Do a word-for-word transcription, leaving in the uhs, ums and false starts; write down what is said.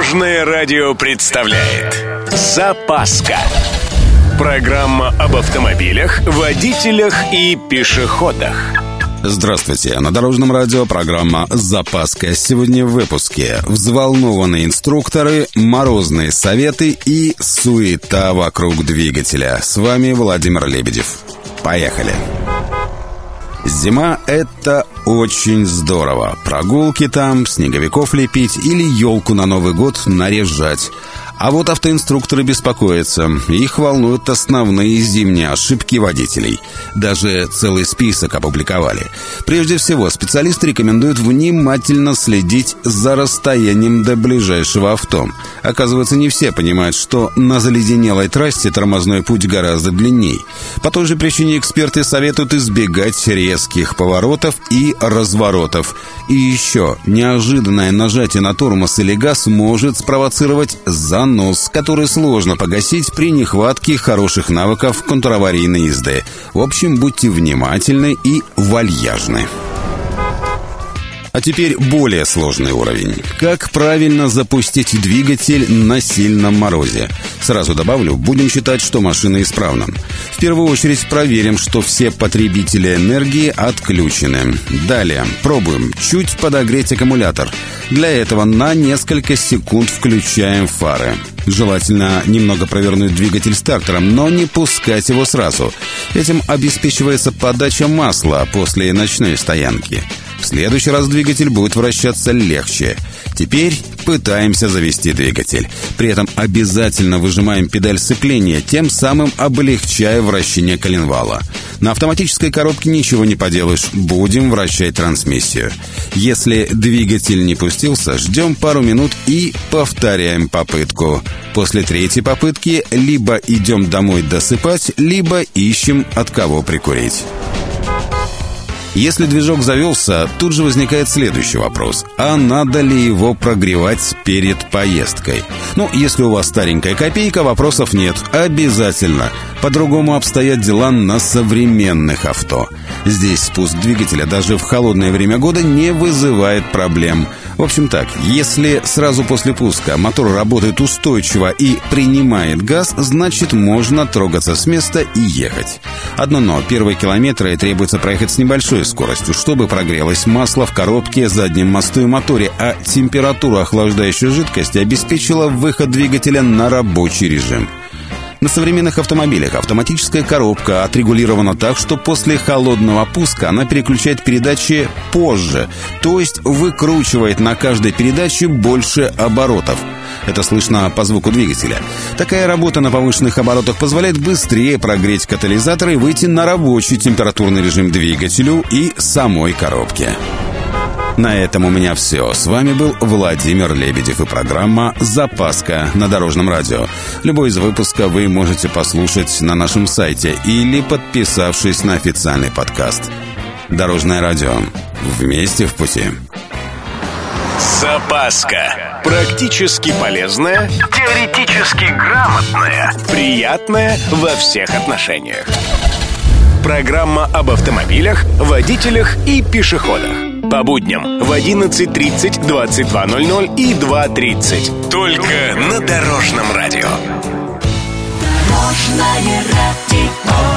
Дорожное радио представляет «Запаска». Программа об автомобилях, водителях и пешеходах. Здравствуйте, на Дорожном радио программа «Запаска». Сегодня в выпуске взволнованные инструкторы, морозные советы и суета вокруг двигателя. С вами Владимир Лебедев. Поехали! Зима — это очень здорово. Прогулки там, снеговиков лепить или елку на Новый год наряжать. А вот автоинструкторы беспокоятся. Их волнуют основные зимние ошибки водителей. Даже целый список опубликовали. Прежде всего, специалисты рекомендуют внимательно следить за расстоянием до ближайшего авто. Оказывается, не все понимают, что на заледенелой трассе тормозной путь гораздо длинней. По той же причине эксперты советуют избегать резких поворотов и разворотов. И еще, неожиданное нажатие на тормоз или газ может спровоцировать занос. Нос, который сложно погасить при нехватке хороших навыков контраварийной езды. В общем, будьте внимательны и вальяжны. А теперь более сложный уровень. Как правильно запустить двигатель на сильном морозе? Сразу добавлю, будем считать, что машина исправна. В первую очередь проверим, что все потребители энергии отключены. Далее пробуем чуть подогреть аккумулятор. Для этого на несколько секунд включаем фары. Желательно немного провернуть двигатель стартером, но не пускать его сразу. Этим обеспечивается подача масла после ночной стоянки. В следующий раз двигатель будет вращаться легче. Теперь пытаемся завести двигатель. При этом обязательно выжимаем педаль сцепления, тем самым облегчая вращение коленвала. На автоматической коробке ничего не поделаешь, будем вращать трансмиссию. Если двигатель не пустился, ждем пару минут и повторяем попытку. После третьей попытки либо идем домой досыпать, либо ищем от кого прикурить. Если движок завелся, тут же возникает следующий вопрос. А надо ли его прогревать перед поездкой? Ну, если у вас старенькая копейка, вопросов нет. Обязательно. По-другому обстоят дела на современных авто. Здесь спуск двигателя даже в холодное время года не вызывает проблем. В общем так, если сразу после пуска мотор работает устойчиво и принимает газ, значит можно трогаться с места и ехать. Одно но, первые километры требуется проехать с небольшой скоростью, чтобы прогрелось масло в коробке, заднем мосту и моторе, а температура охлаждающей жидкости обеспечила выход двигателя на рабочий режим. На современных автомобилях автоматическая коробка отрегулирована так, что после холодного пуска она переключает передачи позже, то есть выкручивает на каждой передаче больше оборотов. Это слышно по звуку двигателя. Такая работа на повышенных оборотах позволяет быстрее прогреть катализатор и выйти на рабочий температурный режим двигателю и самой коробке. На этом у меня все. С вами был Владимир Лебедев и программа «Запаска» на Дорожном радио. Любой из выпусков вы можете послушать на нашем сайте или подписавшись на официальный подкаст. Дорожное радио. Вместе в пути. Запаска. Практически полезная, теоретически грамотная, приятная во всех отношениях. Программа об автомобилях, водителях и пешеходах. По будням в одиннадцать тридцать, двадцать два ноль ноль и два тридцать. Только на Дорожном радио. Дорожное радио.